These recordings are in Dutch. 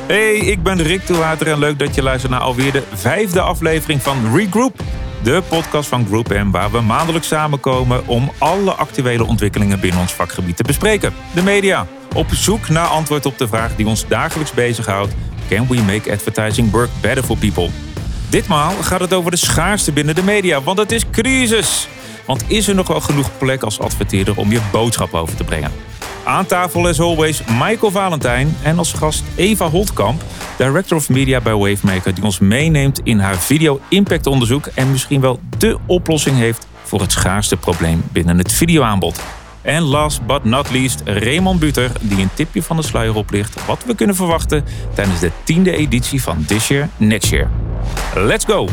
Hey, ik ben Rick Toewater en leuk dat je luistert naar alweer de 5e aflevering van Regroup. De podcast van GroupM waar we maandelijks samenkomen om alle actuele ontwikkelingen binnen ons vakgebied te bespreken. De media, op zoek naar antwoord op de vraag die ons dagelijks bezighoudt. Can we make advertising work better for people? Ditmaal gaat het over de schaarste binnen de media, want het is crisis. Want is er nog wel genoeg plek als adverteerder om je boodschap over te brengen? Aan tafel as always Michael Valentijn en als gast Eva Holtkamp, Director of Media bij Wavemaker, die ons meeneemt in haar video-impactonderzoek en misschien wel dé oplossing heeft voor het schaarste probleem binnen het videoaanbod. En last but not least Raymond Buter, die een tipje van de sluier oplicht wat we kunnen verwachten tijdens de 10e editie van This Year, Next Year. Let's go!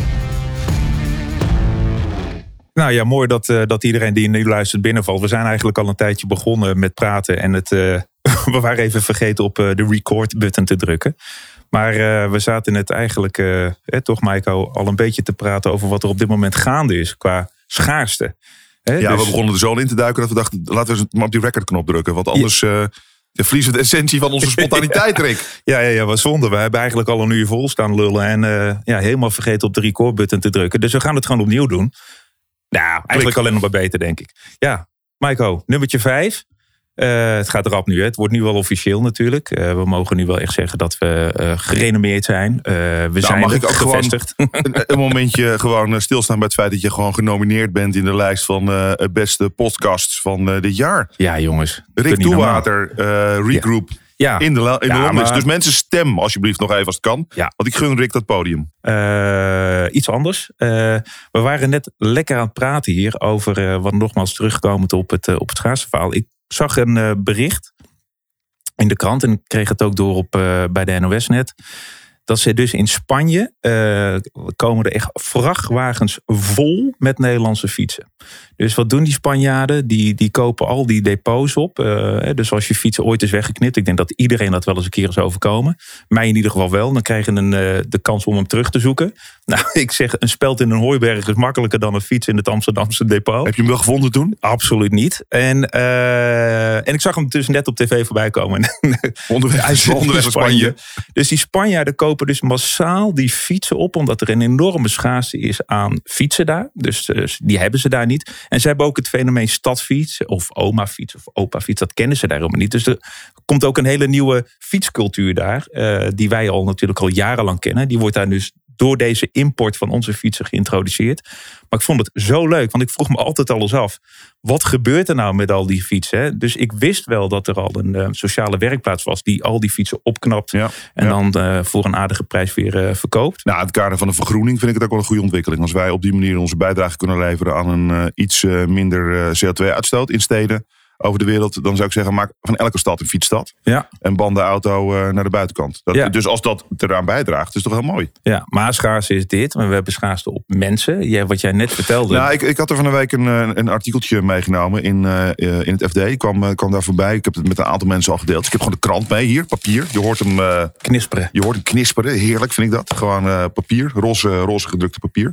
Nou ja, mooi dat iedereen die nu luistert binnenvalt. We zijn eigenlijk al een tijdje begonnen met praten. En we waren even vergeten op de record-button te drukken. Maar we zaten net eigenlijk, toch Maiko, al een beetje te praten over wat er op dit moment gaande is qua schaarste. Ja, dus we begonnen er zo in te duiken dat we dachten, laten we maar op die recordknop drukken. Want anders verliezen we de essentie van onze spontaniteit, Rick. Ja, wat zonde. We hebben eigenlijk al een uur vol staan lullen. En helemaal vergeten op de record-button te drukken. Dus we gaan het gewoon opnieuw doen. Nou, eigenlijk alleen nog maar beter, denk ik. Ja, Maiko, nummertje 5. Het gaat rap nu, hè. Het wordt nu wel officieel natuurlijk. We mogen nu wel echt zeggen dat we gerenommeerd zijn. We zijn mag ik ook gevestigd. Een momentje gewoon stilstaan bij het feit dat je gewoon genomineerd bent in de lijst van beste podcasts van dit jaar. Ja, jongens. Rick Toewater, Regroup. Ja. In de longlist. Maar Dus mensen, stem alsjeblieft nog even als het kan. Ja. Want ik gun Rick dat podium. Iets anders. We waren net lekker aan het praten hier over wat nogmaals terugkomend op het schaarste verhaal. Ik zag een bericht in de krant en ik kreeg het ook door bij de NOS net. Dat ze dus in Spanje komen er echt vrachtwagens vol met Nederlandse fietsen. Dus wat doen die Spanjaarden? Die kopen al die depots op. Dus als je fiets ooit is weggeknipt. Ik denk dat iedereen dat wel eens een keer is overkomen. Mij in ieder geval wel. Dan krijg je de kans om hem terug te zoeken. Nou, ik zeg, een speld in een hooiberg is makkelijker dan een fiets in het Amsterdamse depot. Heb je hem wel gevonden toen? Absoluut niet. En ik zag hem dus net op tv voorbij komen. Onderweg naar Spanje. Dus die Spanjaarden kopen dus massaal die fietsen op. Omdat er een enorme schaarste is aan fietsen daar. Dus die hebben ze daar niet. En ze hebben ook het fenomeen stadfiets of oma-fiets of opa-fiets. Dat kennen ze daar helemaal niet. Dus er komt ook een hele nieuwe fietscultuur daar. Die wij natuurlijk al jarenlang kennen. Die wordt daar dus door deze import van onze fietsen geïntroduceerd. Maar ik vond het zo leuk. Want ik vroeg me altijd al eens af. Wat gebeurt er nou met al die fietsen? Hè? Dus ik wist wel dat er al een sociale werkplaats was. Die al die fietsen opknapt. En dan voor een aardige prijs weer verkoopt. Nou, in het kader van de vergroening vind ik het ook wel een goede ontwikkeling. Als wij op die manier onze bijdrage kunnen leveren aan een iets minder CO2-uitstoot in steden over de wereld, dan zou ik zeggen, maak van elke stad een fietsstad. Ja. En ban de auto naar de buitenkant. Dus als dat eraan bijdraagt, is het toch heel mooi. Ja, maar schaarste is dit. Maar we hebben schaarste op mensen. Wat jij net vertelde. Nou, ik had er van een week een artikeltje meegenomen in het FD. Ik kwam daar voorbij. Ik heb het met een aantal mensen al gedeeld. Ik heb gewoon de krant mee hier, papier. Je hoort hem knisperen. Je hoort hem knisperen. Heerlijk vind ik dat. Gewoon papier, roze gedrukte papier.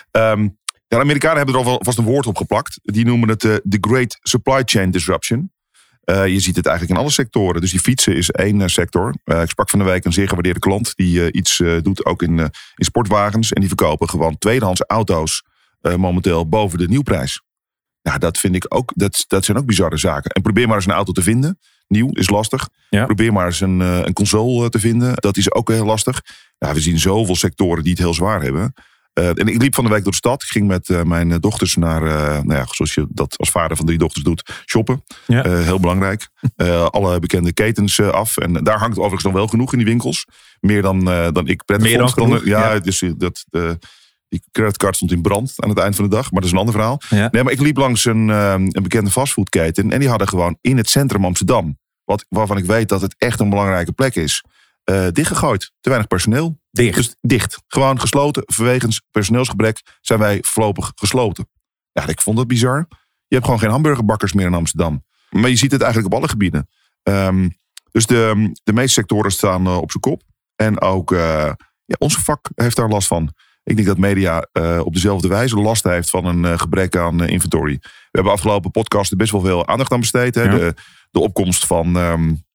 De Amerikanen hebben er alvast een woord op geplakt. Die noemen het the Great Supply Chain Disruption. Je ziet het eigenlijk in alle sectoren. Dus die fietsen is één sector. Ik sprak van de week een zeer gewaardeerde klant die iets doet ook in sportwagens. En die verkopen gewoon tweedehands auto's momenteel boven de nieuwprijs. Nou, dat vind ik ook. Dat zijn ook bizarre zaken. En probeer maar eens een auto te vinden. Nieuw is lastig. Ja. Probeer maar eens een console te vinden. Dat is ook heel lastig. Nou, we zien zoveel sectoren die het heel zwaar hebben. En ik liep van de week door de stad. Ik ging met mijn dochters naar, zoals je dat als vader van 3 dochters doet, shoppen. Ja. Heel belangrijk. Alle bekende ketens af. En daar hangt overigens nog wel genoeg in die winkels. Meer dan ik prettig vond. Dus die creditcard stond in brand aan het eind van de dag. Maar dat is een ander verhaal. Ja. Nee, maar ik liep langs een bekende fastfoodketen. En die hadden gewoon in het centrum Amsterdam, waarvan ik weet dat het echt een belangrijke plek is, dichtgegooid. Te weinig personeel. Dus dicht. Gewoon gesloten. Vanwege personeelsgebrek zijn wij voorlopig gesloten. Ja, ik vond dat bizar. Je hebt gewoon geen hamburgerbakkers meer in Amsterdam. Maar je ziet het eigenlijk op alle gebieden. Dus de meeste sectoren staan op zijn kop. En ook onze vak heeft daar last van. Ik denk dat media op dezelfde wijze last heeft van een gebrek aan inventory. We hebben afgelopen podcasten best wel veel aandacht aan besteed. Hè? Ja. De opkomst van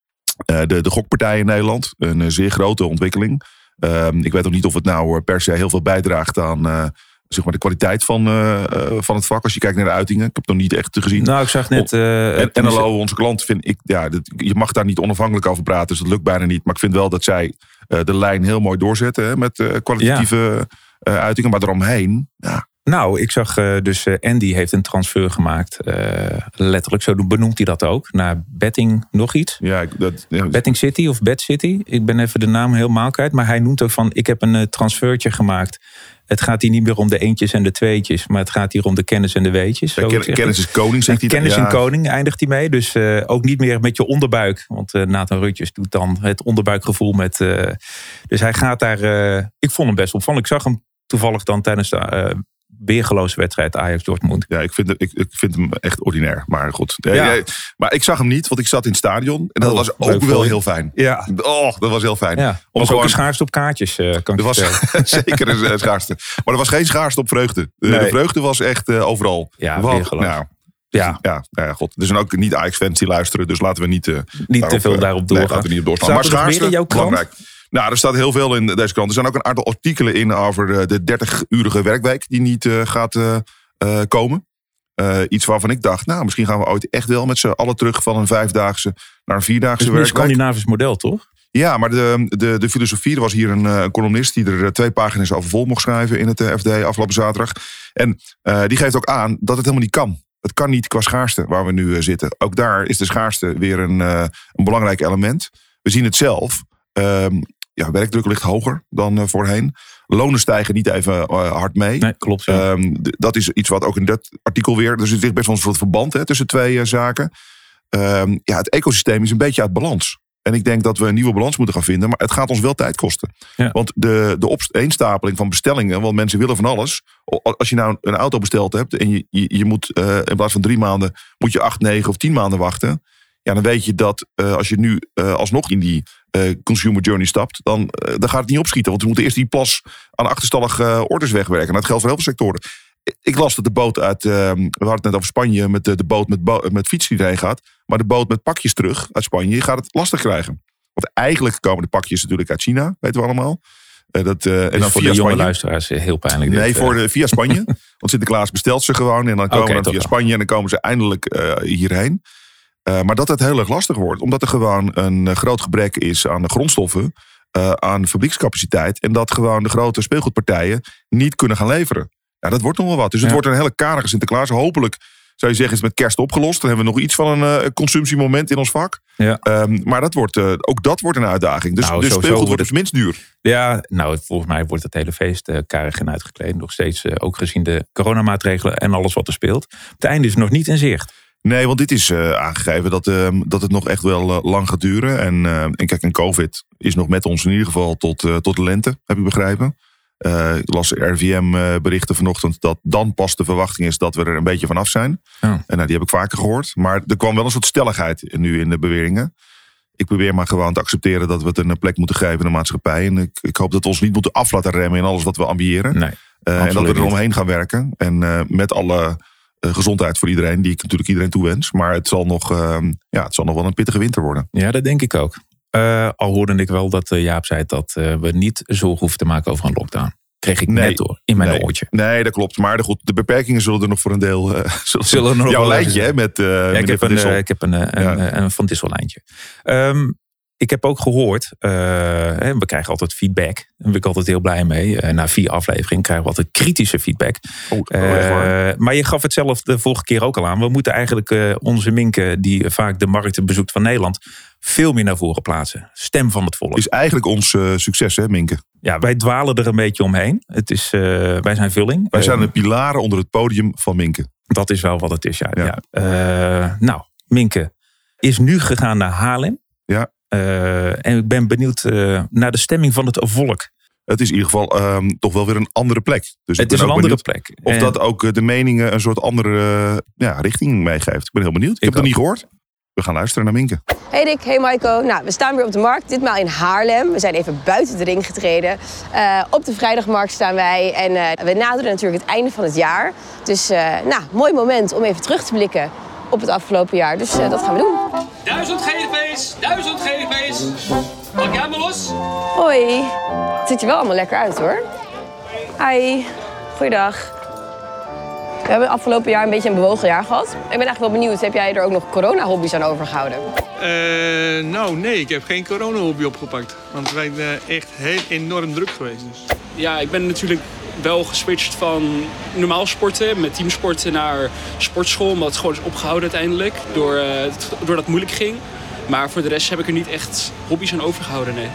De gokpartij in Nederland, een zeer grote ontwikkeling. Ik weet ook niet of het nou per se heel veel bijdraagt aan zeg maar de kwaliteit van het vak. Als je kijkt naar de uitingen. Ik heb het nog niet echt gezien. Nou, ik zag net... NLO, onze klant, vind ik... je mag daar niet onafhankelijk over praten. Dus dat lukt bijna niet. Maar ik vind wel dat zij de lijn heel mooi doorzetten. Hè, met kwalitatieve uitingen. Maar eromheen... Ja. Nou, ik zag dus Andy heeft een transfer gemaakt. Letterlijk, zo benoemt hij dat ook. Naar Betting nog iets. Betting City of Bet City. Ik ben even de naam helemaal kwijt. Maar hij noemt ook van, ik heb een transfertje gemaakt. Het gaat hier niet meer om de eentjes en de tweetjes. Maar het gaat hier om de kennis en de weetjes. Kennis is koning, zegt hij. Kennis en koning eindigt hij mee. Dus ook niet meer met je onderbuik. Want Nathan Rutjes doet dan het onderbuikgevoel met... dus hij gaat daar... ik vond hem best opvallend. Ik zag hem toevallig dan tijdens de... weergeloze wedstrijd Ajax-Dortmund. Ja, ik vind hem echt ordinair. Maar goed. Maar ik zag hem niet, want ik zat in het stadion. En dat was ook wel heel fijn. Ja. Oh, dat was heel fijn. Ja. Was ook een schaarste op kaartjes, kan ik zeggen. Zeker een schaarste. Maar er was geen schaarste op vreugde. Nee. De vreugde was echt overal. Ja, weergeloos. Ja, god. Er zijn ook niet Ajax-fans die luisteren. Dus laten we niet te veel daarop doorgaan. Laten we niet op doorstaan. Maar schaarste, jouw krant? belangrijk. Nou, er staat heel veel in deze krant. Er zijn ook een aantal artikelen in over de 30-urige werkweek die niet gaat komen. Iets waarvan ik dacht, nou, misschien gaan we ooit echt wel met z'n allen terug van een 5-daagse naar een 4-daagse werkweek. Een Scandinavisch model, toch? Ja, maar de filosofie, er was hier een columnist die er 2 pagina's over vol mocht schrijven in het FD afgelopen zaterdag. En die geeft ook aan dat het helemaal niet kan. Het kan niet qua schaarste waar we nu zitten. Ook daar is de schaarste weer een belangrijk element. We zien het zelf. Werkdruk ligt hoger dan voorheen. Lonen stijgen niet even hard mee. Nee, klopt. Ja. Dat is iets wat ook in dat artikel weer... Dus er ligt best wel een soort verband tussen 2 zaken. Het ecosysteem is een beetje uit balans. En ik denk dat we een nieuwe balans moeten gaan vinden. Maar het gaat ons wel tijd kosten. Ja. Want de opeenstapeling van bestellingen... want mensen willen van alles. Als je nou een auto besteld hebt... en je moet in plaats van 3 maanden... moet je 8, 9 of 10 maanden wachten... Ja, dan weet je dat als je nu alsnog in die consumer journey stapt... Dan gaat het niet opschieten. Want we moeten eerst die plas aan achterstallige orders wegwerken. En dat geldt voor heel veel sectoren. Ik las dat de boot uit... we hadden het net over Spanje met de boot met fiets die erheen gaat. Maar de boot met pakjes terug uit Spanje gaat het lastig krijgen. Want eigenlijk komen de pakjes natuurlijk uit China. Weten we allemaal. En dan voor de jonge luisteraars heel pijnlijk. Nee, via Spanje. Want Sinterklaas bestelt ze gewoon. En dan komen ze via Spanje. En dan komen ze eindelijk hierheen. Maar dat het heel erg lastig wordt. Omdat er gewoon een groot gebrek is aan de grondstoffen. Aan fabriekscapaciteit. En dat gewoon de grote speelgoedpartijen niet kunnen gaan leveren. Ja, dat wordt nog wel wat. Dus het wordt een hele karige Sinterklaas. Hopelijk zou je zeggen is het met kerst opgelost. Dan hebben we nog iets van een consumptiemoment in ons vak. Ja. Maar ook dat wordt een uitdaging. Dus speelgoed wordt dus minst duur. Ja, nou volgens mij wordt het hele feest karig en uitgekleed. Nog steeds ook gezien de coronamaatregelen en alles wat er speelt. Het einde is nog niet in zicht. Nee, want dit is aangegeven dat het nog echt wel lang gaat duren. En kijk, en COVID is nog met ons in ieder geval tot de lente, heb ik begrepen. Ik las RIVM berichten vanochtend dat dan pas de verwachting is dat we er een beetje vanaf zijn. Oh. En die heb ik vaker gehoord. Maar er kwam wel een soort stelligheid nu in de beweringen. Ik probeer maar gewoon te accepteren dat we het een plek moeten geven in de maatschappij. En ik hoop dat we ons niet moeten af laten remmen in alles wat we ambiëren. Nee, en dat we er omheen gaan werken. En met alle... gezondheid voor iedereen, die ik natuurlijk iedereen toewens. Maar het zal nog wel een pittige winter worden. Ja, dat denk ik ook. Al hoorde ik wel dat Jaap zei dat we niet zorgen hoeven te maken over een lockdown. Kreeg ik net door in mijn oortje. Nee, dat klopt. Maar de beperkingen zullen er nog voor een deel... zullen er nog jouw lijntje hè, met ik heb een Van Dissel lijntje. Ik heb ook gehoord, we krijgen altijd feedback. Daar ben ik altijd heel blij mee. Na 4 afleveringen krijgen we altijd kritische feedback. Maar je gaf het zelf de vorige keer ook al aan. We moeten eigenlijk onze Minke, die vaak de markten bezoekt van Nederland, veel meer naar voren plaatsen. Stem van het volk. Is eigenlijk ons succes, hè, Minke? Ja, wij dwalen er een beetje omheen. Het is, wij zijn vulling. Wij zijn de pilaren onder het podium van Minke. Dat is wel wat het is, ja. Nou, Minke is nu gegaan naar Haarlem. Ja. En ik ben benieuwd naar de stemming van het volk. Het is in ieder geval toch wel weer een andere plek. Dus het is een andere plek. Of dat ook de meningen een soort andere richting meegeeft. Ik ben heel benieuwd. Ik heb het niet gehoord. We gaan luisteren naar Minke. Hey Dick, hey Maiko. Nou, we staan weer op de markt, ditmaal in Haarlem. We zijn even buiten de ring getreden. Op de vrijdagmarkt staan wij en we naderen natuurlijk het einde van het jaar. Dus mooi moment om even terug te blikken op het afgelopen jaar. Dus dat gaan we doen. 1000 GV's, 1000 GV's. Pak jij maar los? Hoi. Het ziet er wel allemaal lekker uit, hoor. Hi. Goeiedag. We hebben afgelopen jaar een beetje een bewogen jaar gehad. Ik ben eigenlijk wel benieuwd, heb jij er ook nog corona-hobby's aan overgehouden? Nee, ik heb geen corona-hobby opgepakt. Want wij zijn echt heel enorm druk geweest. Dus. Ja, ik ben natuurlijk wel geswitcht van normaal sporten met teamsporten naar sportschool. Omdat het gewoon is opgehouden uiteindelijk, doordat het moeilijk ging. Maar voor de rest heb ik er niet echt hobby's aan overgehouden, nee.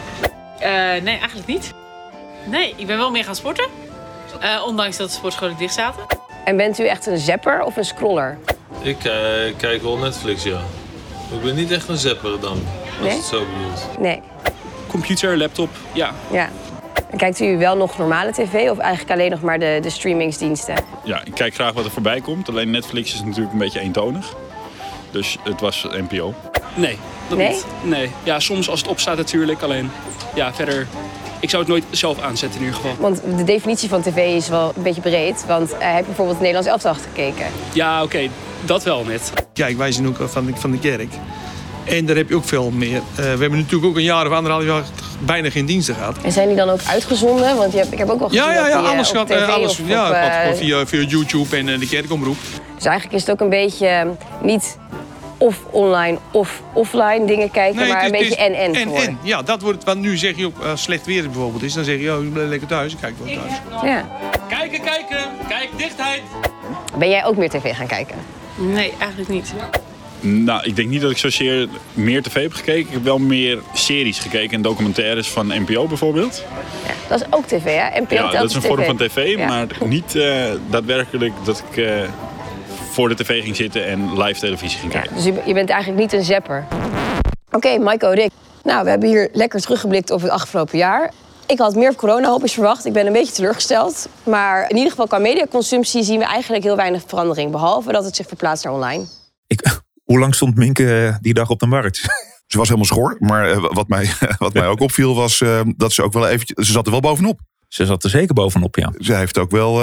Nee, eigenlijk niet. Nee, ik ben wel meer gaan sporten. Ondanks dat de sportscholen dicht zaten. En bent u echt een zapper of een scroller? Ik kijk wel Netflix, ja. Ik ben niet echt een zapper dan, als het zo bedoelt. Nee. Computer, laptop, ja. Ja. En kijkt u wel nog normale tv of eigenlijk alleen nog maar de streamingsdiensten? Ja, ik kijk graag wat er voorbij komt. Alleen Netflix is natuurlijk een beetje eentonig. Dus het was NPO. Nee, dat niet. Nee. Ja, soms als het opstaat natuurlijk. Alleen, ja, verder... Ik zou het nooit zelf aanzetten in ieder geval. Want de definitie van tv is wel een beetje breed. Want heb je bijvoorbeeld het Nederlands elftal gekeken? Ja, oké, dat wel net. Kijk, wij zijn ook van de kerk. En daar heb je ook veel meer. We hebben natuurlijk ook een jaar of 1,5 jaar bijna geen diensten gehad. En zijn die dan ook uitgezonden? Want ik heb ook wel gezien alles op gaat tv alles. of Ja, het gaat via YouTube en de kerkomroep. Dus eigenlijk is het ook een beetje niet of online of offline dingen kijken, maar een beetje en geworden. En. Ja, dat wordt het. Want nu zeg je ook, als slecht weer bijvoorbeeld is, dan zeg je, ik ben lekker thuis, ik kijk wel thuis. Ja. Kijken, kijk, dichtheid. Ben jij ook meer tv gaan kijken? Nee, eigenlijk niet. Nou, ik denk niet dat ik zozeer meer tv heb gekeken. Ik heb wel meer series gekeken en documentaires van NPO bijvoorbeeld. Ja, dat is ook tv, hè? NPO Ja, dat is een vorm van tv, ja. maar niet daadwerkelijk dat ik voor de tv ging zitten en live televisie ging kijken. Dus je bent eigenlijk niet een zapper. Oké, Maiko, Rick. Nou, we hebben hier lekker teruggeblikt op het afgelopen jaar. Ik had meer corona-hobby's verwacht. Ik ben een beetje teleurgesteld. Maar in ieder geval qua mediaconsumptie zien we eigenlijk heel weinig verandering. Behalve dat het zich verplaatst naar online. Hoe lang stond Minke die dag op de markt? Ze was helemaal schor. Maar wat mij ook opviel was dat ze ook wel eventjes... Ze zat er wel bovenop. Ze zat er zeker bovenop, ja. Ze heeft ook wel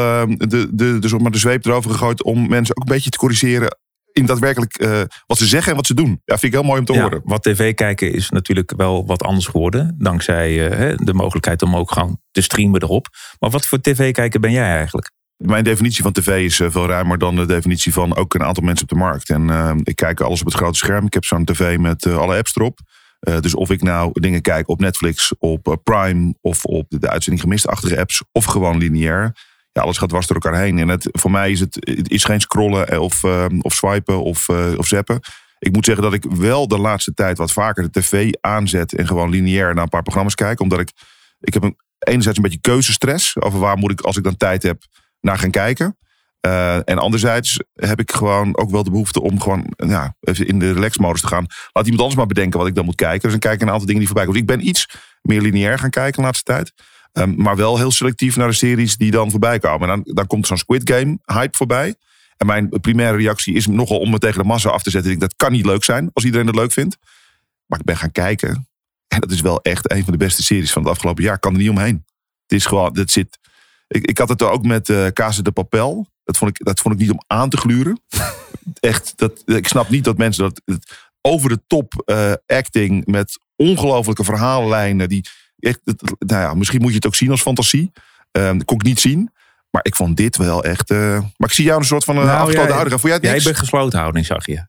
de zweep erover gegooid om mensen ook een beetje te corrigeren in daadwerkelijk wat ze zeggen en wat ze doen. Ja, vind ik heel mooi om te horen. Wat tv kijken is natuurlijk wel wat anders geworden. Dankzij de mogelijkheid om ook gewoon te streamen erop. Maar wat voor tv kijken ben jij eigenlijk? Mijn definitie van tv is veel ruimer dan de definitie van ook een aantal mensen op de markt. En ik kijk alles op het grote scherm. Ik heb zo'n tv met alle apps erop. Dus of ik nou dingen kijk op Netflix, op Prime of op de uitzending gemist-achtige apps of gewoon lineair. Ja, alles gaat dwars door elkaar heen. En voor mij is het is geen scrollen of swipen of zappen. Ik moet zeggen dat ik wel de laatste tijd wat vaker de tv aanzet en gewoon lineair naar een paar programma's kijk. Omdat ik heb enerzijds een beetje keuzestress over waar moet ik, als ik dan tijd heb, naar gaan kijken. En anderzijds heb ik gewoon ook wel de behoefte om gewoon even in de relax-modus te gaan. Laat iemand anders maar bedenken wat ik dan moet kijken. Dus dan kijk ik een aantal dingen die voorbij komen. Dus ik ben iets meer lineair gaan kijken de laatste tijd. Maar wel heel selectief naar de series die dan voorbij komen. En dan komt zo'n Squid Game hype voorbij. En mijn primaire reactie is nogal om me tegen de massa af te zetten. Dat kan niet leuk zijn als iedereen het leuk vindt. Maar ik ben gaan kijken. En dat is wel echt een van de beste series van het afgelopen jaar. Ik kan er niet omheen. Het is gewoon, dat zit... Ik had het er ook met Casa de Papel. Dat vond ik niet om aan te gluren. Echt, ik snap niet dat mensen dat over de top acting met ongelofelijke verhaallijnen. Die echt, misschien moet je het ook zien als fantasie. Dat kon ik niet zien. Maar ik vond dit wel echt... maar ik zie jou een soort van afgesloten houding. Vond jij het niks? Jij bent gesloten houding, zag je.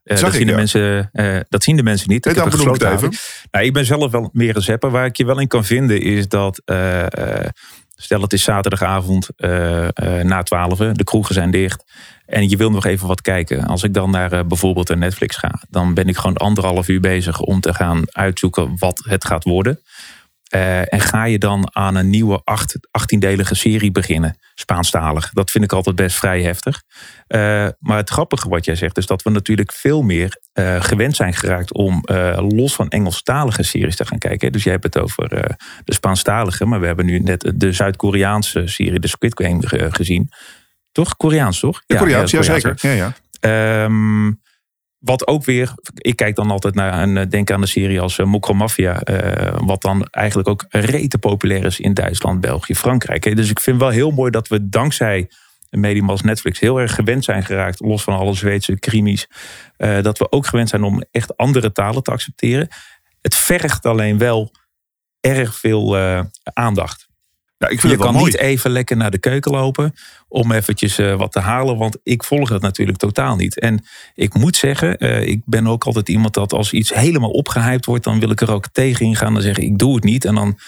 Dat zien de mensen niet. Ik heb een gesloten houding. Ik ben zelf wel meer een zapper. Waar ik je wel in kan vinden is dat... Stel het is zaterdagavond na 12, de kroegen zijn dicht. En je wil nog even wat kijken. Als ik dan naar bijvoorbeeld een Netflix ga. Dan ben ik gewoon 1,5 uur bezig om te gaan uitzoeken wat het gaat worden. En ga je dan aan een nieuwe 18-delige serie beginnen. Spaanstalig. Dat vind ik altijd best vrij heftig. Maar het grappige wat jij zegt is dat we natuurlijk veel meer gewend zijn geraakt om los van Engelstalige series te gaan kijken. Dus jij hebt het over de Spaanstalige. Maar we hebben nu net de Zuid-Koreaanse serie, de Squid Game, gezien. Toch? Koreaans, toch? Ja, Koreaans, ja zeker. Ja. Wat ook weer, ik kijk dan altijd naar en denk aan de serie als Mokro Mafia. Wat dan eigenlijk ook rete populair is in Duitsland, België, Frankrijk. Dus ik vind wel heel mooi dat we dankzij een medium als Netflix heel erg gewend zijn geraakt, los van alle Zweedse crimies, dat we ook gewend zijn om echt andere talen te accepteren. Het vergt alleen wel erg veel aandacht. Ja, ik vind je het wel kan mooi. niet even lekker naar de keuken lopen om eventjes wat te halen. Want ik volg dat natuurlijk totaal niet. En ik moet zeggen, ik ben ook altijd iemand dat als iets helemaal opgehyped wordt, dan wil ik er ook tegen ingaan. Dan zeg ik doe het niet. En dan,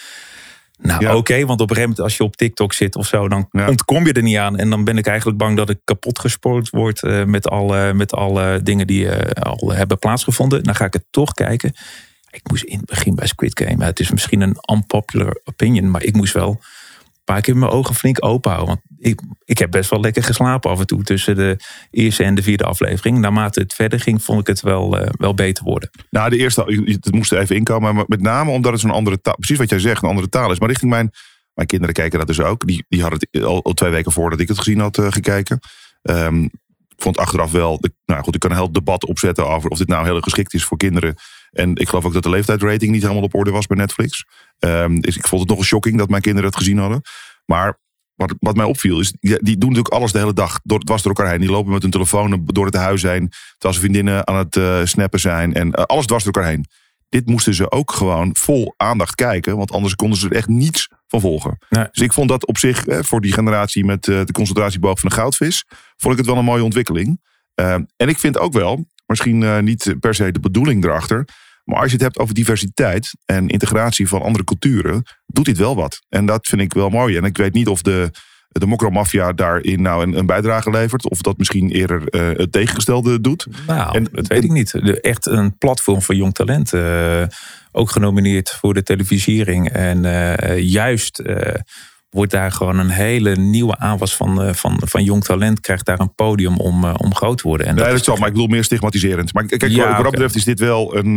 oké, want op een gegeven moment als je op TikTok zit of zo, dan ontkom je er niet aan. En dan ben ik eigenlijk bang dat ik kapot gespoord word met alle dingen die al hebben plaatsgevonden. Dan ga ik het toch kijken. Ik moest in het begin bij Squid Game. Het is misschien een unpopular opinion, maar ik moest wel een paar keer mijn ogen flink open houden. Want ik heb best wel lekker geslapen af en toe tussen de eerste en de 4e aflevering. Naarmate het verder ging, vond ik het wel beter worden. Nou, de eerste, het moest er even inkomen. Maar met name omdat het zo'n andere taal, precies wat jij zegt, een andere taal is. Maar richting mijn kinderen kijken dat dus ook. Die hadden het al 2 weken voordat ik het gezien had gekeken. Ik vond achteraf wel, ik kan een heel debat opzetten over of dit nou heel erg geschikt is voor kinderen. En ik geloof ook dat de leeftijdsrating niet helemaal op orde was bij Netflix. Dus ik vond het nogal shocking dat mijn kinderen het gezien hadden. Maar wat mij opviel is, die doen natuurlijk alles de hele dag dwars door elkaar heen. Die lopen met hun telefoon door het huis heen, terwijl ze vriendinnen aan het snappen zijn. En alles dwars door elkaar heen. Dit moesten ze ook gewoon vol aandacht kijken, want anders konden ze er echt niets van volgen. Nee. Dus ik vond dat op zich, voor die generatie met de concentratieboog van de goudvis, vond ik het wel een mooie ontwikkeling. En ik vind ook wel, misschien niet per se de bedoeling erachter, maar als je het hebt over diversiteit en integratie van andere culturen, doet dit wel wat. En dat vind ik wel mooi. En ik weet niet of de mokromafia daarin nou een bijdrage levert, of dat misschien eerder het tegengestelde doet. Nou, dat weet ik niet. Echt een platform voor jong talent. Ook genomineerd voor de televisiering. En juist wordt daar gewoon een hele nieuwe aanwas van jong talent, krijgt daar een podium om groot te worden. En dat zal, maar ik bedoel meer stigmatiserend. Maar kijk, wat dat betreft is dit wel een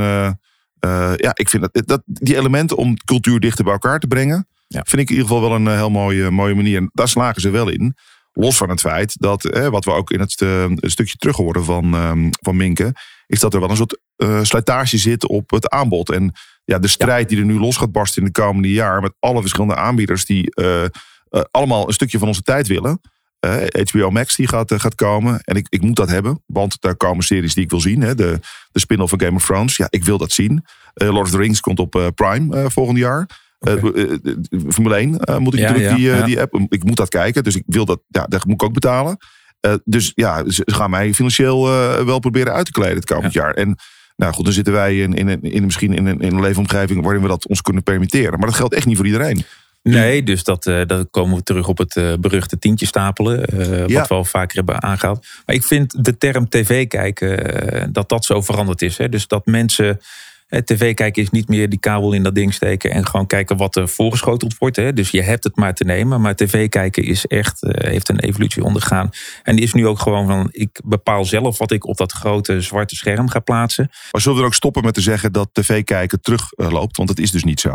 ik vind dat die elementen om cultuur dichter bij elkaar te brengen, vind ik in ieder geval wel een heel mooie manier. En daar slagen ze wel in. Los van het feit dat, wat we ook in het stukje terug horen van Minke, is dat er wel een soort slijtage zit op het aanbod. En de strijd die er nu los gaat barsten in de komende jaar met alle verschillende aanbieders die allemaal een stukje van onze tijd willen. HBO Max die gaat komen. En ik moet dat hebben, want daar komen series die ik wil zien. Hè. De spin-off van Game of Thrones. Ja, ik wil dat zien. Lord of the Rings komt op Prime volgend jaar. Formule 1 moet ik natuurlijk die app. Ik moet dat kijken, dus ik wil dat. Ja, daar moet ik ook betalen. Dus ja, ze gaan mij financieel wel proberen uit te kleden het komend jaar. En nou goed, dan zitten wij misschien in een leefomgeving waarin we dat ons kunnen permitteren. Maar dat geldt echt niet voor iedereen. Nee, dus dat komen we terug op het beruchte tientje stapelen. Wat we al vaker hebben aangehaald. Maar ik vind de term tv kijken, dat zo veranderd is. Hè? Dus dat mensen tv kijken is niet meer die kabel in dat ding steken en gewoon kijken wat er voorgeschoteld wordt. Hè? Dus je hebt het maar te nemen. Maar tv kijken is echt, heeft een evolutie ondergaan. En die is nu ook gewoon van, ik bepaal zelf wat ik op dat grote zwarte scherm ga plaatsen. Maar zullen we er ook stoppen met te zeggen dat tv kijken terugloopt? Want dat is dus niet zo.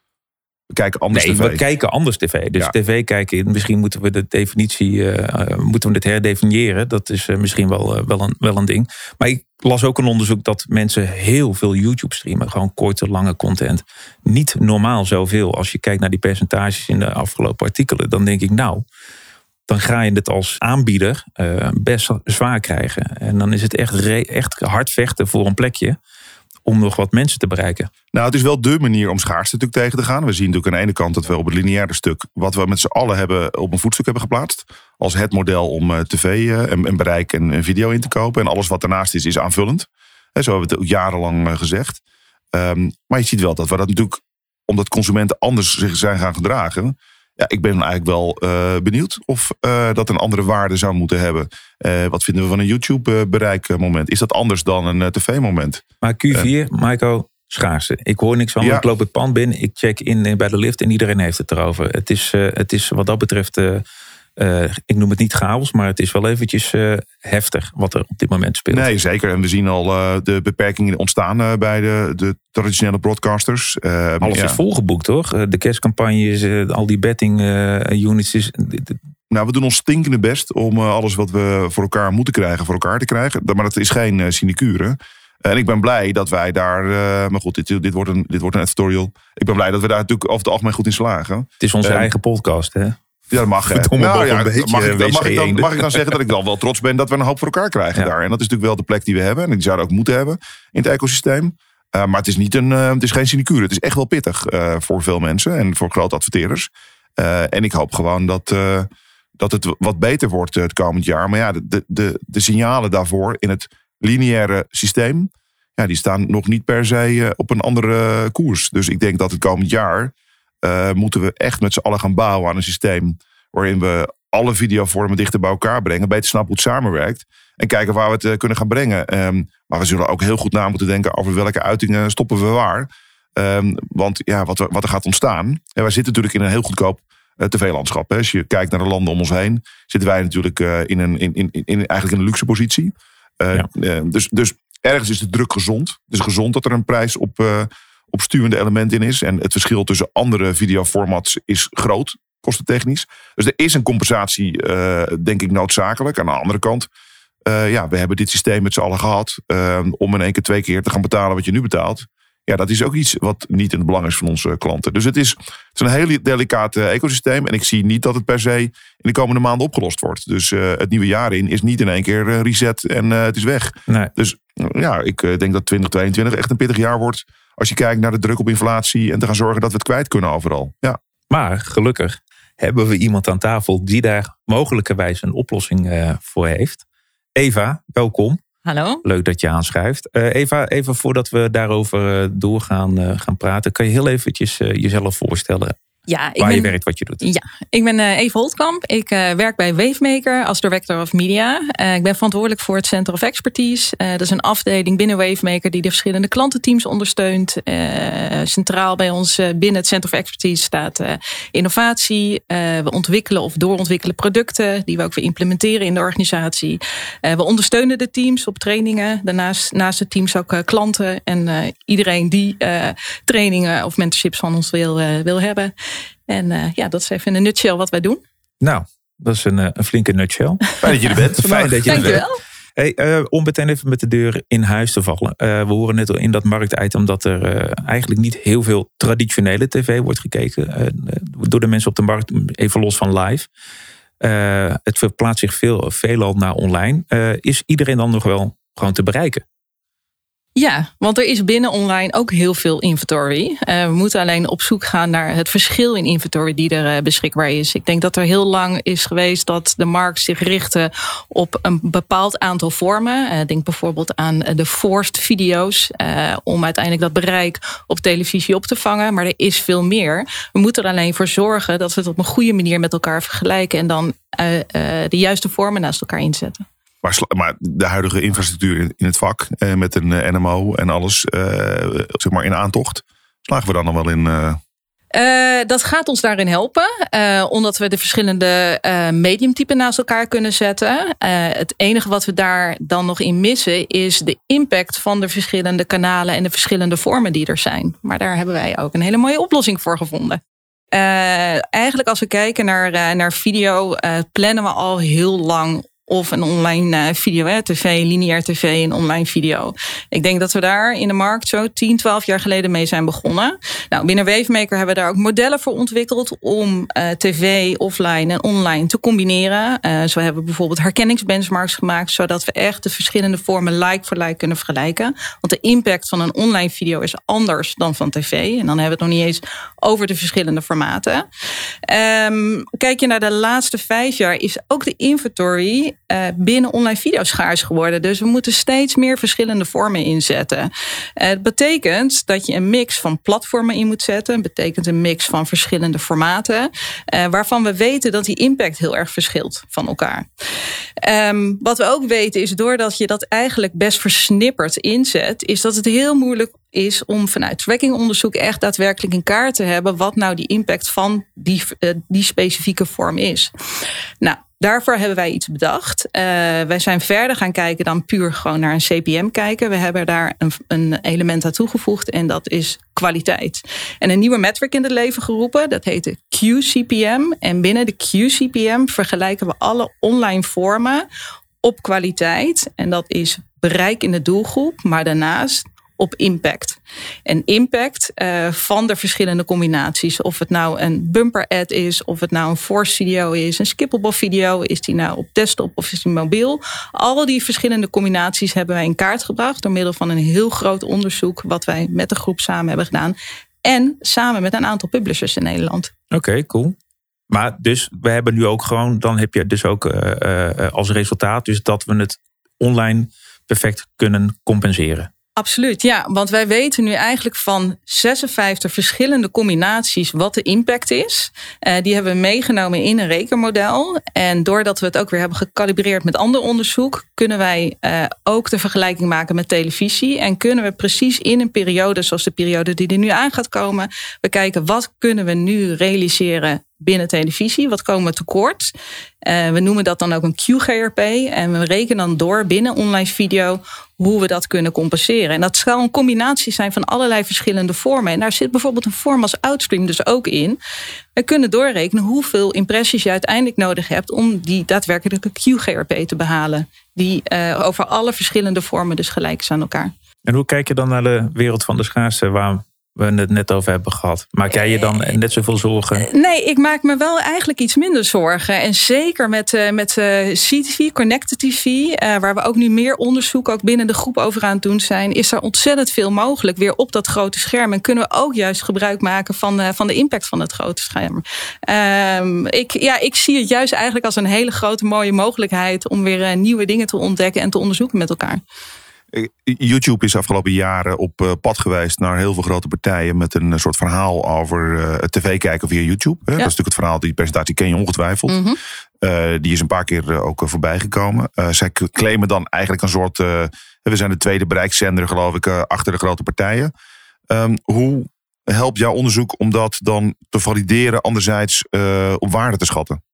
We kijken anders tv. We kijken anders tv. Dus tv kijken, misschien moeten we de definitie, moeten we het herdefiniëren. Dat is misschien wel een ding. Maar ik las ook een onderzoek dat mensen heel veel YouTube streamen. Gewoon korte, lange content. Niet normaal zoveel. Als je kijkt naar die percentages in de afgelopen artikelen, dan denk ik dan ga je het als aanbieder best zwaar krijgen. En dan is het echt hard vechten voor een plekje om nog wat mensen te bereiken. Nou, het is wel dé manier om schaarste natuurlijk tegen te gaan. We zien natuurlijk aan de ene kant dat we op het lineaire stuk, wat we met z'n allen hebben op een voetstuk hebben geplaatst, als het model om tv en bereik en video in te kopen. En alles wat daarnaast is aanvullend. Zo hebben we het ook jarenlang gezegd. Maar je ziet wel dat we dat natuurlijk, omdat consumenten anders zich zijn gaan gedragen. Ja, ik ben eigenlijk wel benieuwd of dat een andere waarde zou moeten hebben. Wat vinden we van een YouTube-bereikmoment? Is dat anders dan een tv-moment? Maar Q4, Maiko, schaarste. Ik hoor niks van, ik loop het pand binnen, ik check in bij de lift en iedereen heeft het erover. Het is wat dat betreft, ik noem het niet chaos, maar het is wel eventjes heftig wat er op dit moment speelt. Nee, zeker. En we zien al de beperkingen ontstaan bij de traditionele broadcasters. Alles is volgeboekt, toch? De kerstcampagnes, al die betting units. Nou, we doen ons stinkende best om alles wat we voor elkaar moeten krijgen, voor elkaar te krijgen. Maar dat is geen sinecure. En ik ben blij dat wij daar, maar goed, dit wordt een editorial. Ik ben blij dat we daar natuurlijk over het algemeen goed in slagen. Het is onze eigen podcast, hè? Ja, dat mag. Mag ik dan zeggen dat ik dan wel trots ben dat we een hoop voor elkaar krijgen daar. En dat is natuurlijk wel de plek die we hebben. En die zouden ook moeten hebben in het ecosysteem. Maar het is het is geen sinecure. Het is echt wel pittig voor veel mensen en voor grote adverteerders. En ik hoop gewoon dat het wat beter wordt het komend jaar. Maar ja, de signalen daarvoor in het lineaire systeem, ja, die staan nog niet per se op een andere koers. Dus ik denk dat het komend jaar moeten we echt met z'n allen gaan bouwen aan een systeem waarin we alle videovormen dichter bij elkaar brengen, beter snappen hoe het samenwerkt en kijken waar we het kunnen gaan brengen. Maar we zullen ook heel goed na moeten denken over welke uitingen stoppen we waar. Want ja, wat er gaat ontstaan. En wij zitten natuurlijk in een heel goedkoop tv-landschap. Hè. Als je kijkt naar de landen om ons heen, zitten wij natuurlijk eigenlijk in een luxe positie. Dus ergens is de druk gezond. Het is gezond dat er een prijs op sturende elementen in is. En het verschil tussen andere videoformats is groot, kostentechnisch. Dus er is een compensatie, denk ik, noodzakelijk. Aan de andere kant, we hebben dit systeem met z'n allen gehad. Om in 1 keer 2 keer te gaan betalen wat je nu betaalt. Ja, dat is ook iets wat niet in het belang is van onze klanten. Dus het is een heel delicaat ecosysteem. En ik zie niet dat het per se in de komende maanden opgelost wordt. Dus het nieuwe jaar in is niet in 1 keer reset en het is weg. Nee. Dus ja, ik denk dat 2022 echt een pittig jaar wordt. Als je kijkt naar de druk op inflatie en te gaan zorgen dat we het kwijt kunnen overal. Ja. Maar gelukkig hebben we iemand aan tafel die daar mogelijkerwijs een oplossing voor heeft. Eva, welkom. Hallo. Leuk dat je aanschuift. Eva, even voordat we daarover doorgaan gaan praten, kan je heel eventjes jezelf voorstellen? Ja, je werkt, wat je doet. Ja, ik ben Eva Holtkamp. Ik werk bij Wavemaker als Director of Media. Ik ben verantwoordelijk voor het Center of Expertise. Dat is een afdeling binnen Wavemaker die de verschillende klantenteams ondersteunt. Centraal bij ons binnen het Center of Expertise staat innovatie. We ontwikkelen of doorontwikkelen producten die we ook weer implementeren in de organisatie. We ondersteunen de teams op trainingen. Daarnaast naast de teams ook klanten en iedereen die trainingen of mentorships van ons wil hebben. En dat is even in een nutshell wat wij doen. Nou, dat is een flinke nutshell. Fijn dat je er bent. Fijn dat je er bent. Dankjewel. Hey, om meteen even met de deur in huis te vallen. We horen net al in dat marktitem dat er eigenlijk niet heel veel traditionele tv wordt gekeken. Door de mensen op de markt, even los van live. Het verplaatst zich veelal naar online. Is iedereen dan nog wel gewoon te bereiken? Ja, want er is binnen online ook heel veel inventory. We moeten alleen op zoek gaan naar het verschil in inventory die er beschikbaar is. Ik denk dat er heel lang is geweest dat de markt zich richtte op een bepaald aantal vormen. Denk bijvoorbeeld aan de forced video's om uiteindelijk dat bereik op televisie op te vangen. Maar er is veel meer. We moeten er alleen voor zorgen dat we het op een goede manier met elkaar vergelijken en dan de juiste vormen naast elkaar inzetten. Maar de huidige infrastructuur in het vak, met een NMO en alles, zeg maar in aantocht, slagen we dan nog wel in? Dat gaat ons daarin helpen, omdat we de verschillende mediumtypen naast elkaar kunnen zetten. Het enige wat we daar dan nog in missen is de impact van de verschillende kanalen en de verschillende vormen die er zijn. Maar daar hebben wij ook een hele mooie oplossing voor gevonden. Eigenlijk als we kijken naar video, plannen we al heel lang of een online video, tv, lineair tv en online video. Ik denk dat we daar in de markt zo 10, 12 jaar geleden mee zijn begonnen. Nou, binnen Wavemaker hebben we daar ook modellen voor ontwikkeld om tv, offline en online te combineren. Zo hebben we bijvoorbeeld herkenningsbenchmarks gemaakt, zodat we echt de verschillende vormen like voor like kunnen vergelijken. Want de impact van een online video is anders dan van tv. En dan hebben we het nog niet eens over de verschillende formaten. Kijk je naar de laatste 5 jaar, is ook de inventory binnen online video schaars geworden. Dus we moeten steeds meer verschillende vormen inzetten. Het betekent dat je een mix van platformen in moet zetten. Het betekent een mix van verschillende formaten. Waarvan we weten dat die impact heel erg verschilt van elkaar. Wat we ook weten is, doordat je dat eigenlijk best versnipperd inzet, is dat het heel moeilijk is om vanuit trackingonderzoek echt daadwerkelijk in kaart te hebben wat nou die impact van die specifieke vorm is. Nou, daarvoor hebben wij iets bedacht. Wij zijn verder gaan kijken dan puur gewoon naar een CPM kijken. We hebben daar een element aan toegevoegd en dat is kwaliteit. En een nieuwe metric in het leven geroepen, dat heet de QCPM. En binnen de QCPM vergelijken we alle online vormen op kwaliteit. En dat is bereik in de doelgroep, maar daarnaast op impact. En impact van de verschillende combinaties. Of het nou een bumper ad is, of het nou een force video is, een skippable video, is die nou op desktop of is die mobiel. Al die verschillende combinaties hebben wij in kaart gebracht door middel van een heel groot onderzoek wat wij met de groep samen hebben gedaan. En samen met een aantal publishers in Nederland. Oké, cool. Maar dus we hebben nu ook gewoon, dan heb je dus ook als resultaat dus dat we het online perfect kunnen compenseren. Absoluut, ja. Want wij weten nu eigenlijk van 56 verschillende combinaties wat de impact is. Die hebben we meegenomen in een rekenmodel. En doordat we het ook weer hebben gekalibreerd met ander onderzoek, kunnen wij ook de vergelijking maken met televisie. En kunnen we precies in een periode, zoals de periode die er nu aan gaat komen, bekijken wat kunnen we nu realiseren binnen televisie. Wat komen we tekort? We noemen dat dan ook een QGRP. En we rekenen dan door binnen online video hoe we dat kunnen compenseren. En dat zal een combinatie zijn van allerlei verschillende vormen. En daar zit bijvoorbeeld een vorm als Outstream dus ook in. We kunnen doorrekenen hoeveel impressies je uiteindelijk nodig hebt om die daadwerkelijke QGRP te behalen. Die over alle verschillende vormen dus gelijk is aan elkaar. En hoe kijk je dan naar de wereld van de schaarste waar we het net over hebben gehad? Maak jij je dan net zoveel zorgen? Nee, ik maak me wel eigenlijk iets minder zorgen. En zeker met CTV, Connected TV, waar we ook nu meer onderzoek ook binnen de groep over aan het doen zijn, is er ontzettend veel mogelijk weer op dat grote scherm. En kunnen we ook juist gebruik maken van de impact van het grote scherm. Ik zie het juist eigenlijk als een hele grote mooie mogelijkheid om weer nieuwe dingen te ontdekken en te onderzoeken met elkaar. YouTube is afgelopen jaren op pad geweest naar heel veel grote partijen met een soort verhaal over het tv kijken via YouTube. Ja. Dat is natuurlijk het verhaal, die presentatie ken je ongetwijfeld. Mm-hmm. Die is een paar keer ook voorbij gekomen. Zij claimen dan eigenlijk een soort, we zijn de tweede bereikszender geloof ik achter de grote partijen. Hoe helpt jouw onderzoek om dat dan te valideren, anderzijds op waarde te schatten?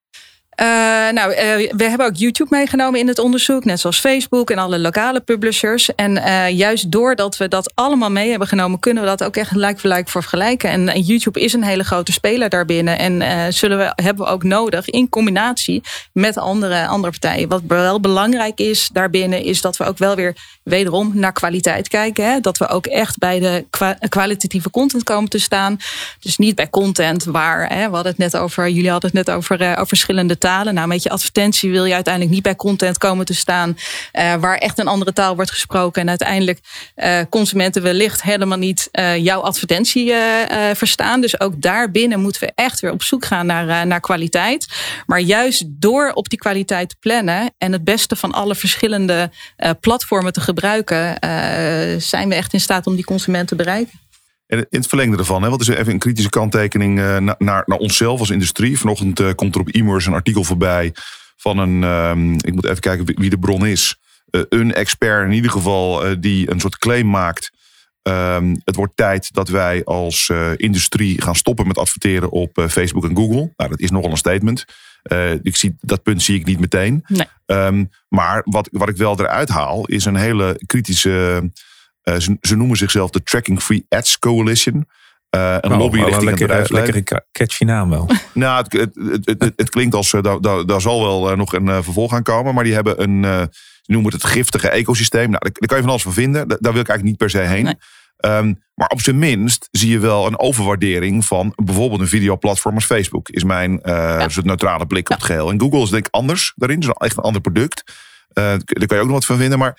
We hebben ook YouTube meegenomen in het onderzoek, net zoals Facebook en alle lokale publishers. En juist doordat we dat allemaal mee hebben genomen, kunnen we dat ook echt gelijk voor vergelijken. En YouTube is een hele grote speler daarbinnen. En hebben we ook nodig in combinatie met andere partijen. Wat wel belangrijk is daarbinnen, is dat we ook wel weer wederom naar kwaliteit kijken. Hè? Dat we ook echt bij de kwalitatieve content komen te staan. Dus niet bij content waar, we hadden het net over, jullie hadden het net over verschillende talen. Nou, met je advertentie wil je uiteindelijk niet bij content komen te staan waar echt een andere taal wordt gesproken en uiteindelijk consumenten wellicht helemaal niet jouw advertentie verstaan. Dus ook daarbinnen moeten we echt weer op zoek gaan naar kwaliteit. Maar juist door op die kwaliteit te plannen en het beste van alle verschillende platformen te gebruiken, zijn we echt in staat om die consument te bereiken. En in het verlengde ervan, want er is even een kritische kanttekening naar onszelf als industrie. Vanochtend komt er op e-merse een artikel voorbij van ik moet even kijken wie de bron is. Een expert in ieder geval die een soort claim maakt. Het wordt tijd dat wij als industrie gaan stoppen met adverteren op Facebook en Google. Nou, dat is nogal een statement. Dat punt zie ik niet meteen. Nee. Maar wat ik wel eruit haal is een hele kritische. Ze noemen zichzelf de Tracking Free Ads Coalition. Een lobby richting het bedrijfsleven. Lekkere catchy naam wel. Nou, het klinkt als daar zal wel nog een vervolg aan komen. Maar die hebben ze noemen het giftige ecosysteem. Nou, daar kan je van alles van vinden. Daar wil ik eigenlijk niet per se heen. Nee. Maar op zijn minst zie je wel een overwaardering van bijvoorbeeld een videoplatform als Facebook. Is mijn soort neutrale blik op het geheel. En Google is denk ik anders daarin. Het is echt een ander product. Daar kan je ook nog wat van vinden. Maar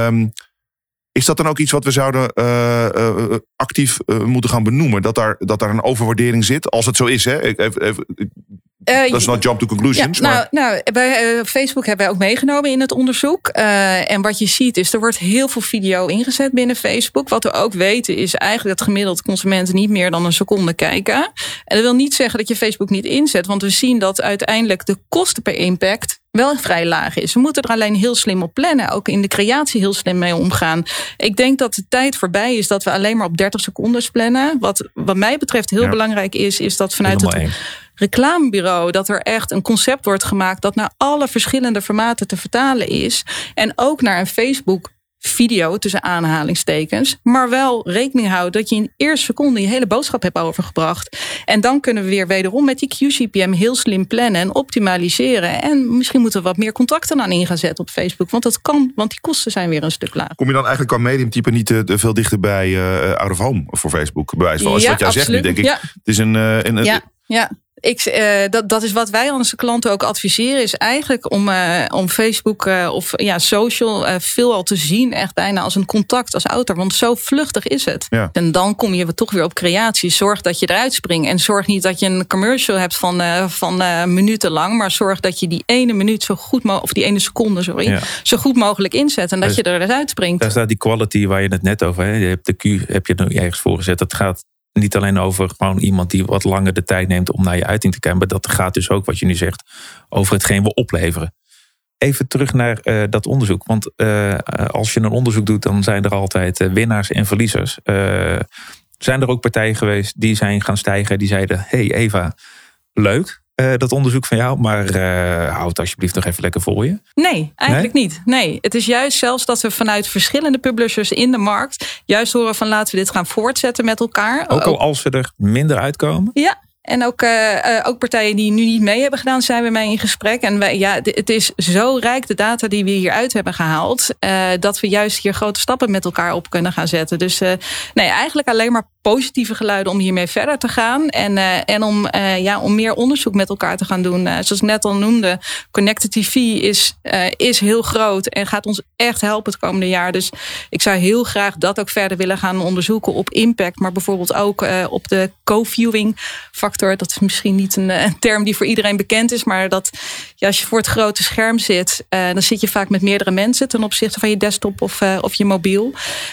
is dat dan ook iets wat we zouden actief moeten gaan benoemen? Dat daar een overwaardering zit? Als het zo is, hè? Dat is not jump to conclusions. Ja, bij Facebook hebben wij ook meegenomen in het onderzoek. En wat je ziet is, er wordt heel veel video ingezet binnen Facebook. Wat we ook weten is eigenlijk dat gemiddeld consumenten niet meer dan een seconde kijken. En dat wil niet zeggen dat je Facebook niet inzet. Want we zien dat uiteindelijk de kosten per impact wel vrij laag is. We moeten er alleen heel slim op plannen. Ook in de creatie heel slim mee omgaan. Ik denk dat de tijd voorbij is dat we alleen maar op 30 seconden plannen. Wat mij betreft heel belangrijk is dat vanuit het reclamebureau dat er echt een concept wordt gemaakt dat naar alle verschillende formaten te vertalen is. En ook naar een Facebook video tussen aanhalingstekens, maar wel rekening houden dat je in de eerste seconde je hele boodschap hebt overgebracht. En dan kunnen we weer wederom met die QCPM heel slim plannen en optimaliseren. En misschien moeten we wat meer contacten aan in gaan zetten op Facebook, want dat kan, want die kosten zijn weer een stuk lager. Kom je dan eigenlijk qua mediumtype niet veel dichter bij out of home voor Facebook? Bewijs van, als wat jij absoluut. zegt nu, denk ik. Ja. Het is Ja. Dat is wat wij aan onze klanten ook adviseren, is eigenlijk om Facebook of social veelal te zien, echt bijna als een contact, als autor. Want zo vluchtig is het. Ja. En dan kom je toch weer op creatie. Zorg dat je eruit springt. En zorg niet dat je een commercial hebt van minuten lang, maar zorg dat je die ene minuut die ene seconde, zo goed mogelijk inzet. En dat je eruit springt. Daar staat die quality waar je het net over hebt. Je hebt de Q, heb je er nu ergens voor gezet. Dat gaat niet alleen over gewoon iemand die wat langer de tijd neemt om naar je uiting te kijken. Maar dat gaat dus ook, wat je nu zegt, over hetgeen we opleveren. Even terug naar dat onderzoek. Want als je een onderzoek doet, dan zijn er altijd winnaars en verliezers. Zijn er ook partijen geweest die zijn gaan stijgen, die zeiden: hey Eva, leuk dat onderzoek van jou, maar houd het alsjeblieft nog even lekker voor je? Nee, eigenlijk niet. Nee, het is juist zelfs dat we vanuit verschillende publishers in de markt juist horen van laten we dit gaan voortzetten met elkaar. Ook al als ze er minder uitkomen? Ja. En ook partijen die nu niet mee hebben gedaan, zijn bij mij in gesprek. En het is zo rijk, de data die we hieruit hebben gehaald, dat we juist hier grote stappen met elkaar op kunnen gaan zetten. Dus eigenlijk alleen maar positieve geluiden om hiermee verder te gaan. En om meer onderzoek met elkaar te gaan doen. Zoals ik net al noemde, Connected TV is heel groot en gaat ons echt helpen het komende jaar. Dus ik zou heel graag dat ook verder willen gaan onderzoeken op impact. Maar bijvoorbeeld ook op de co-viewing factor. Dat is misschien niet een term die voor iedereen bekend is. Maar dat als je voor het grote scherm zit, dan zit je vaak met meerdere mensen ten opzichte van je desktop of je mobiel.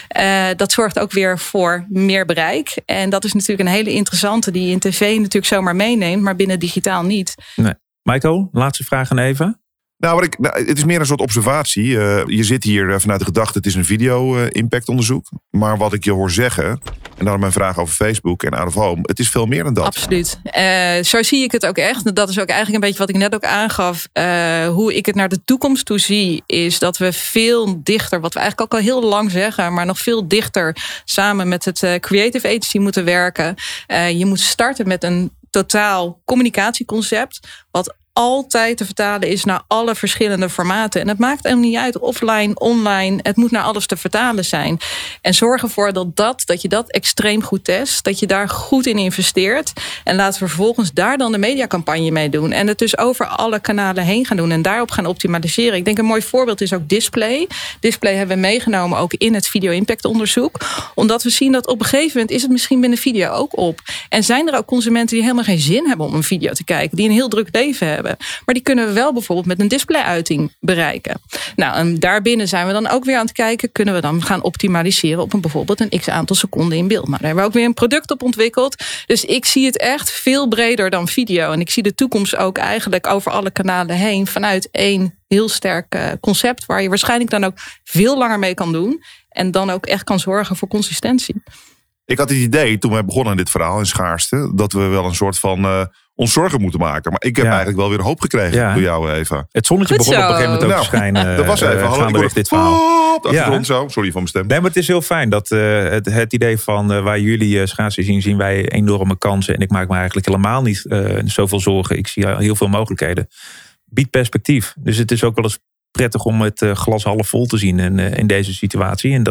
Dat zorgt ook weer voor meer bereik. En dat is natuurlijk een hele interessante die je in tv natuurlijk zomaar meeneemt, maar binnen digitaal niet. Nee. Michael, laatste vraag aan Eva. Het is meer een soort observatie. Je zit hier vanuit de gedachte, het is een video-impactonderzoek. Maar wat ik je hoor zeggen, en dan mijn vraag over Facebook en out of home, het is veel meer dan dat. Absoluut. Zo zie ik het ook echt. Dat is ook eigenlijk een beetje wat ik net ook aangaf. Hoe ik het naar de toekomst toe zie, is dat we veel dichter, wat we eigenlijk ook al heel lang zeggen, maar nog veel dichter samen met het Creative Agency moeten werken. Je moet starten met een totaal communicatieconcept, wat altijd te vertalen is naar alle verschillende formaten. En het maakt helemaal niet uit, offline, online. Het moet naar alles te vertalen zijn. En zorg ervoor dat je dat extreem goed test. Dat je daar goed in investeert. En laten we vervolgens daar dan de mediacampagne mee doen. En het dus over alle kanalen heen gaan doen. En daarop gaan optimaliseren. Ik denk een mooi voorbeeld is ook display. Display hebben we meegenomen ook in het video impact onderzoek. Omdat we zien dat op een gegeven moment is het misschien binnen video ook op. En zijn er ook consumenten die helemaal geen zin hebben om een video te kijken. Die een heel druk leven hebben. Maar die kunnen we wel bijvoorbeeld met een display-uiting bereiken. Nou, en daarbinnen zijn we dan ook weer aan het kijken, kunnen we dan gaan optimaliseren op bijvoorbeeld een x-aantal seconden in beeld. Maar daar hebben we ook weer een product op ontwikkeld. Dus ik zie het echt veel breder dan video. En ik zie de toekomst ook eigenlijk over alle kanalen heen vanuit één heel sterk concept, waar je waarschijnlijk dan ook veel langer mee kan doen. En dan ook echt kan zorgen voor consistentie. Ik had het idee, toen wij begonnen aan dit verhaal in Schaarste, dat we wel een soort van ons zorgen moeten maken. Maar ik heb eigenlijk wel weer hoop gekregen door jou, Eva. Het zonnetje begon op een gegeven moment ook te schijnen. Dat was even. Gaandeweg dit verhaal. Op de achtergrond zo. Sorry van mijn stem. Nee, maar het is heel fijn dat het idee van waar jullie schaatsen zien wij enorme kansen. En ik maak me eigenlijk helemaal niet zoveel zorgen. Ik zie heel veel mogelijkheden. Biedt perspectief. Dus het is ook wel eens prettig om het glas half vol te zien in deze situatie. En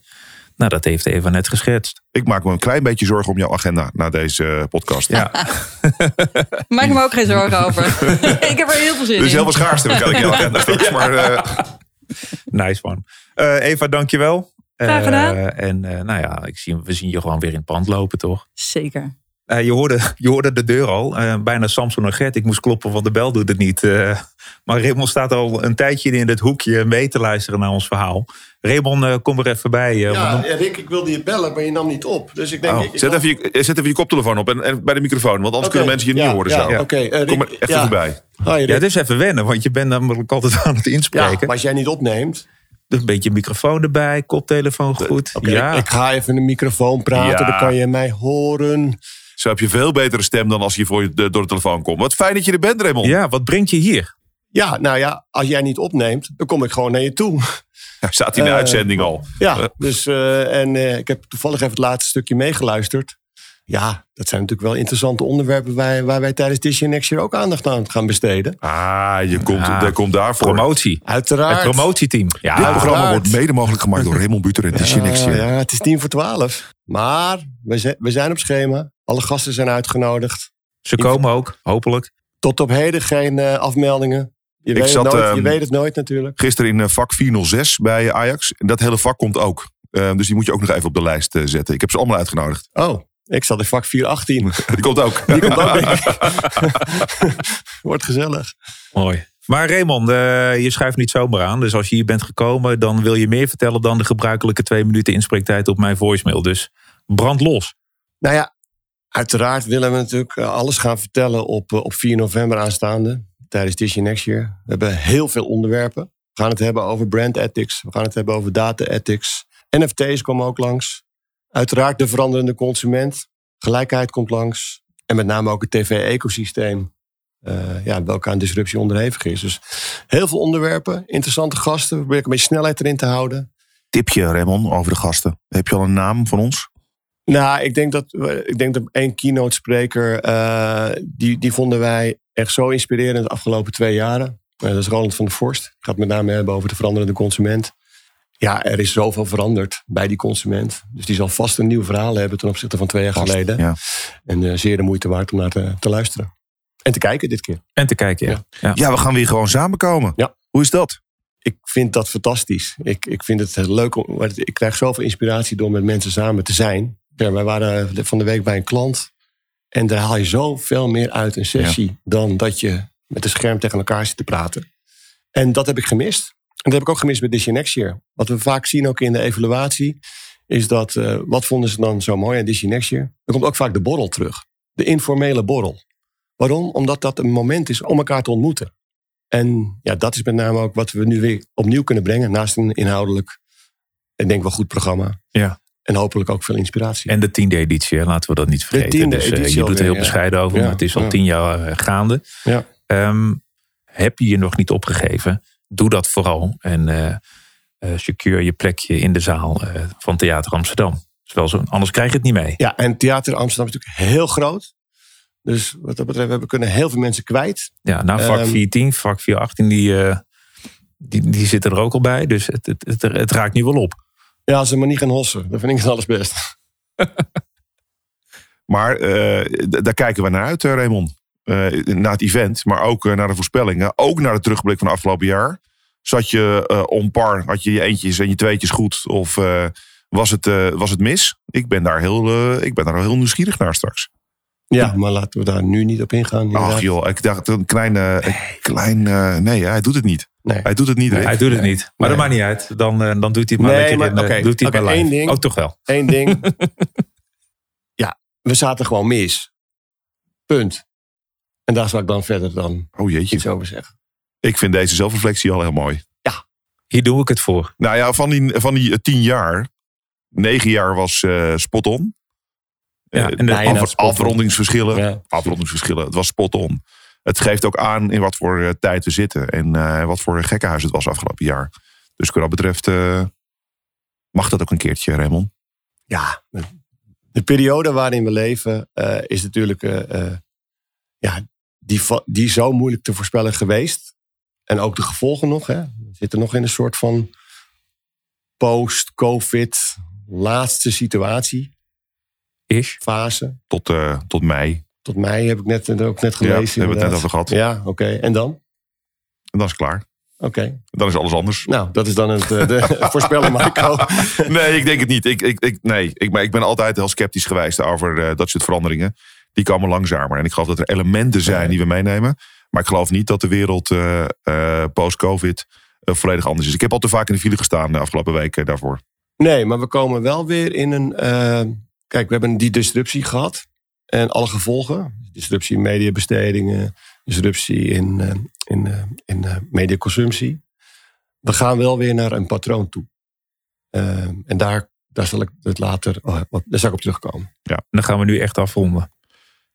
dat heeft Eva net geschetst. Ik maak me een klein beetje zorgen om jouw agenda na deze podcast. Ja. Maak me ook geen zorgen over. Ik heb er heel veel zin in. Er is heel veel schaarste in jouw agenda. Nice man. Eva, dankjewel. Graag gedaan. We zien je gewoon weer in het pand lopen, toch? Zeker. Je hoorde de deur al. Bijna Samson en Gert. Ik moest kloppen, want de bel doet het niet. Maar Raymond staat al een tijdje in het hoekje mee te luisteren naar ons verhaal. Raymond, kom er even bij. Rick, ik wilde je bellen, maar je nam niet op. Dus ik denk, zet even je koptelefoon op en bij de microfoon. Want anders kunnen mensen je niet horen. Kom er echt even bij. Hi, het is even wennen, want je bent namelijk altijd aan het inspreken. Ja, maar als jij niet opneemt. Een beetje microfoon erbij, koptelefoon goed. Ik ga even in de microfoon praten, dan kan je mij horen. Zo heb je veel betere stem dan als je door de telefoon komt. Wat fijn dat je er bent, Raymond. Ja, wat brengt je hier? Ja, als jij niet opneemt, dan kom ik gewoon naar je toe. Staat in de uitzending al. Ja, dus ik heb toevallig even het laatste stukje meegeluisterd. Ja, dat zijn natuurlijk wel interessante onderwerpen waar wij tijdens This Year Next Year ook aandacht aan gaan besteden. Je komt daarvoor. Promotie. Uiteraard. Het promotieteam. Ja, dit programma wordt mede mogelijk gemaakt door Raymond Buter en This Year Next Year. Ja, het is 11:10. Maar we zijn op schema. Alle gasten zijn uitgenodigd. Ze komen ook, hopelijk. Tot op heden geen afmeldingen. Je weet het nooit natuurlijk. Gisteren in vak 406 bij Ajax. En dat hele vak komt ook. Dus die moet je ook nog even op de lijst zetten. Ik heb ze allemaal uitgenodigd. Oh, ik zat in vak 418. Die komt ook. Die komt ook, denk ik. Wordt gezellig. Mooi. Maar Raymond, je schuift niet zomaar aan. Dus als je hier bent gekomen, dan wil je meer vertellen dan de gebruikelijke 2 minuten inspreektijd op mijn voicemail. Dus brand los. Nou ja, uiteraard willen we natuurlijk alles gaan vertellen op 4 november aanstaande. Tijdens This Year Next Year. We hebben heel veel onderwerpen. We gaan het hebben over brand ethics. We gaan het hebben over data ethics. NFT's komen ook langs. Uiteraard de veranderende consument. Gelijkheid komt langs. En met name ook het tv-ecosysteem. Welke aan disruptie onderhevig is. Dus heel veel onderwerpen. Interessante gasten. We proberen een beetje snelheid erin te houden. Tipje, Raymond, over de gasten. Heb je al een naam van ons? Nou, ik denk dat 1 keynote spreker... Die vonden wij echt zo inspirerend de afgelopen 2 jaren. Dat is Roland van der Vorst. Het gaat met name hebben over de veranderende consument. Ja, er is zoveel veranderd bij die consument. Dus die zal vast een nieuw verhaal hebben ten opzichte van 2 jaar geleden. Ja. En zeer de moeite waard om naar te luisteren. En te kijken dit keer. En te kijken, ja. We gaan weer gewoon samenkomen. Ja. Hoe is dat? Ik vind dat fantastisch. Ik vind het leuk. Ik krijg zoveel inspiratie door met mensen samen te zijn. Ja, wij waren van de week bij een klant. En daar haal je zoveel meer uit een sessie dan dat je met een scherm tegen elkaar zit te praten. En dat heb ik gemist. En dat heb ik ook gemist met This Year Next Year. Wat we vaak zien ook in de evaluatie is dat, wat vonden ze dan zo mooi aan This Year Next Year? Er komt ook vaak de borrel terug. De informele borrel. Waarom? Omdat dat een moment is om elkaar te ontmoeten. En ja, dat is met name ook wat we nu weer opnieuw kunnen brengen. Naast een inhoudelijk, ik denk wel goed programma. Ja. En hopelijk ook veel inspiratie. En de 10e editie, laten we dat niet vergeten. De 10e editie je doet er heel bescheiden over, maar het is al 10 jaar gaande. Ja. Heb je je nog niet opgegeven? Doe dat vooral. En secure je plekje in de zaal van Theater Amsterdam. Anders krijg je het niet mee. Ja, en Theater Amsterdam is natuurlijk heel groot. Dus wat dat betreft, we kunnen heel veel mensen kwijt. Ja, vak 410, vak 418, die zitten er ook al bij. Dus het raakt nu wel op. Ja, als ze maar niet gaan hossen. Dan vind ik het alles best. Maar daar kijken we naar uit, Raymond. Naar het event, maar ook naar de voorspellingen. Ook naar de terugblik van het afgelopen jaar. Zat je on par, had je je eentjes en je tweetjes goed? Of was het mis? Ik ben daar heel nieuwsgierig naar straks. Ja, maar laten we daar nu niet op ingaan. Inderdaad. Ach joh, ik dacht een klein... Nee, hij doet het niet. Nee. Hij doet het niet. Hij doet het niet. Maar dat maakt niet uit. Dan doet hij het maar lekker bij live. Ding, oh, toch wel. 1 ding. Ja, we zaten gewoon mis. Punt. En daar zal ik dan verder iets over zeggen. Ik vind deze zelfreflectie al heel mooi. Ja. Hier doe ik het voor. Nou ja, van die 10 jaar... 9 jaar was spot on. Ja, en de afrondingsverschillen. Ja. Afrondingsverschillen. Het was spot on. Het geeft ook aan in wat voor tijd we zitten. En wat voor gekkenhuis het was afgelopen jaar. Dus wat dat betreft mag dat ook een keertje, Raymond. Ja, de periode waarin we leven is natuurlijk die zo moeilijk te voorspellen geweest. En ook de gevolgen nog. Hè. We zitten nog in een soort van post-COVID laatste situatie. Fase. Tot mei. Tot mei heb ik ook net gelezen. Ja, hebben we het net over gehad. Ja, oké. En dan? En dan is het klaar. Oké. Dan is alles anders. Nou, dat is dan de voorspellen, Marco. Nee, ik denk het niet. Ik ben altijd heel sceptisch geweest over dat soort veranderingen. Die komen langzamer. En ik geloof dat er elementen zijn die we meenemen. Maar ik geloof niet dat de wereld post-COVID volledig anders is. Ik heb al te vaak in de file gestaan de afgelopen weken daarvoor. Nee, maar we komen wel weer in een... Kijk, we hebben die disruptie gehad. En alle gevolgen. Disruptie in mediabestedingen. Disruptie in mediaconsumptie. We gaan wel weer naar een patroon toe. En daar zal ik het later... daar zal ik op terugkomen. Ja, dan gaan we nu echt afronden.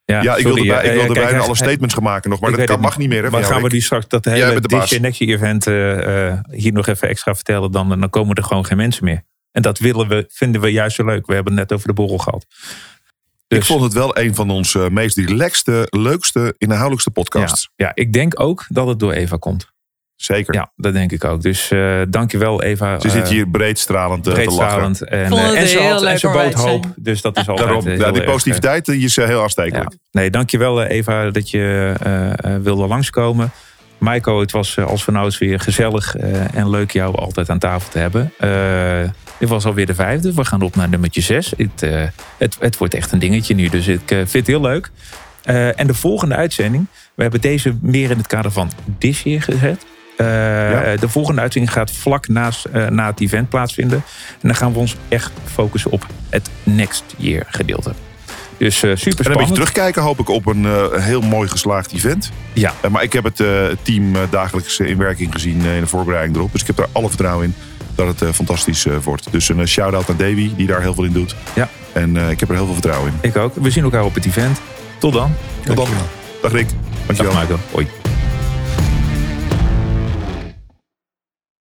Ja, ik wilde bijna alle statements gaan maken nog. Maar dat mag niet meer. Hè, maar gaan we die straks dat hele This Year Next Year event hier nog even extra vertellen. Dan komen er gewoon geen mensen meer. En dat vinden we juist zo leuk. We hebben het net over de borrel gehad. Dus, ik vond het wel een van onze meest relaxte, leukste, inhoudelijkste podcasts. Ja, ik denk ook dat het door Eva komt. Zeker. Ja, dat denk ik ook. Dus dankjewel Eva. Ze zit hier breedstralend te lachen. En ze bood hoop. Dus dat is altijd die positiviteit die is heel aanstekelijk. Ja. Nee, dankjewel Eva dat je wilde langskomen. Maiko, het was als vanouds weer gezellig en leuk jou altijd aan tafel te hebben. Dit was alweer de 5e. We gaan op naar nummertje 6. Het wordt echt een dingetje nu, dus ik vind het heel leuk. En de volgende uitzending, we hebben deze meer in het kader van This Year gezet. De volgende uitzending gaat vlak na het event plaatsvinden. En dan gaan we ons echt focussen op het Next Year gedeelte. Dus super spannend. En een beetje terugkijken hoop ik op een heel mooi geslaagd event. Ja. Maar ik heb het team dagelijks in werking gezien in de voorbereiding erop. Dus ik heb er alle vertrouwen in dat het fantastisch wordt. Dus een shout-out aan Davy die daar heel veel in doet. Ja. En ik heb er heel veel vertrouwen in. Ik ook. We zien elkaar op het event. Tot dan. Tot dan. Dag Rick. Dankjewel. Dag Michael. Hoi.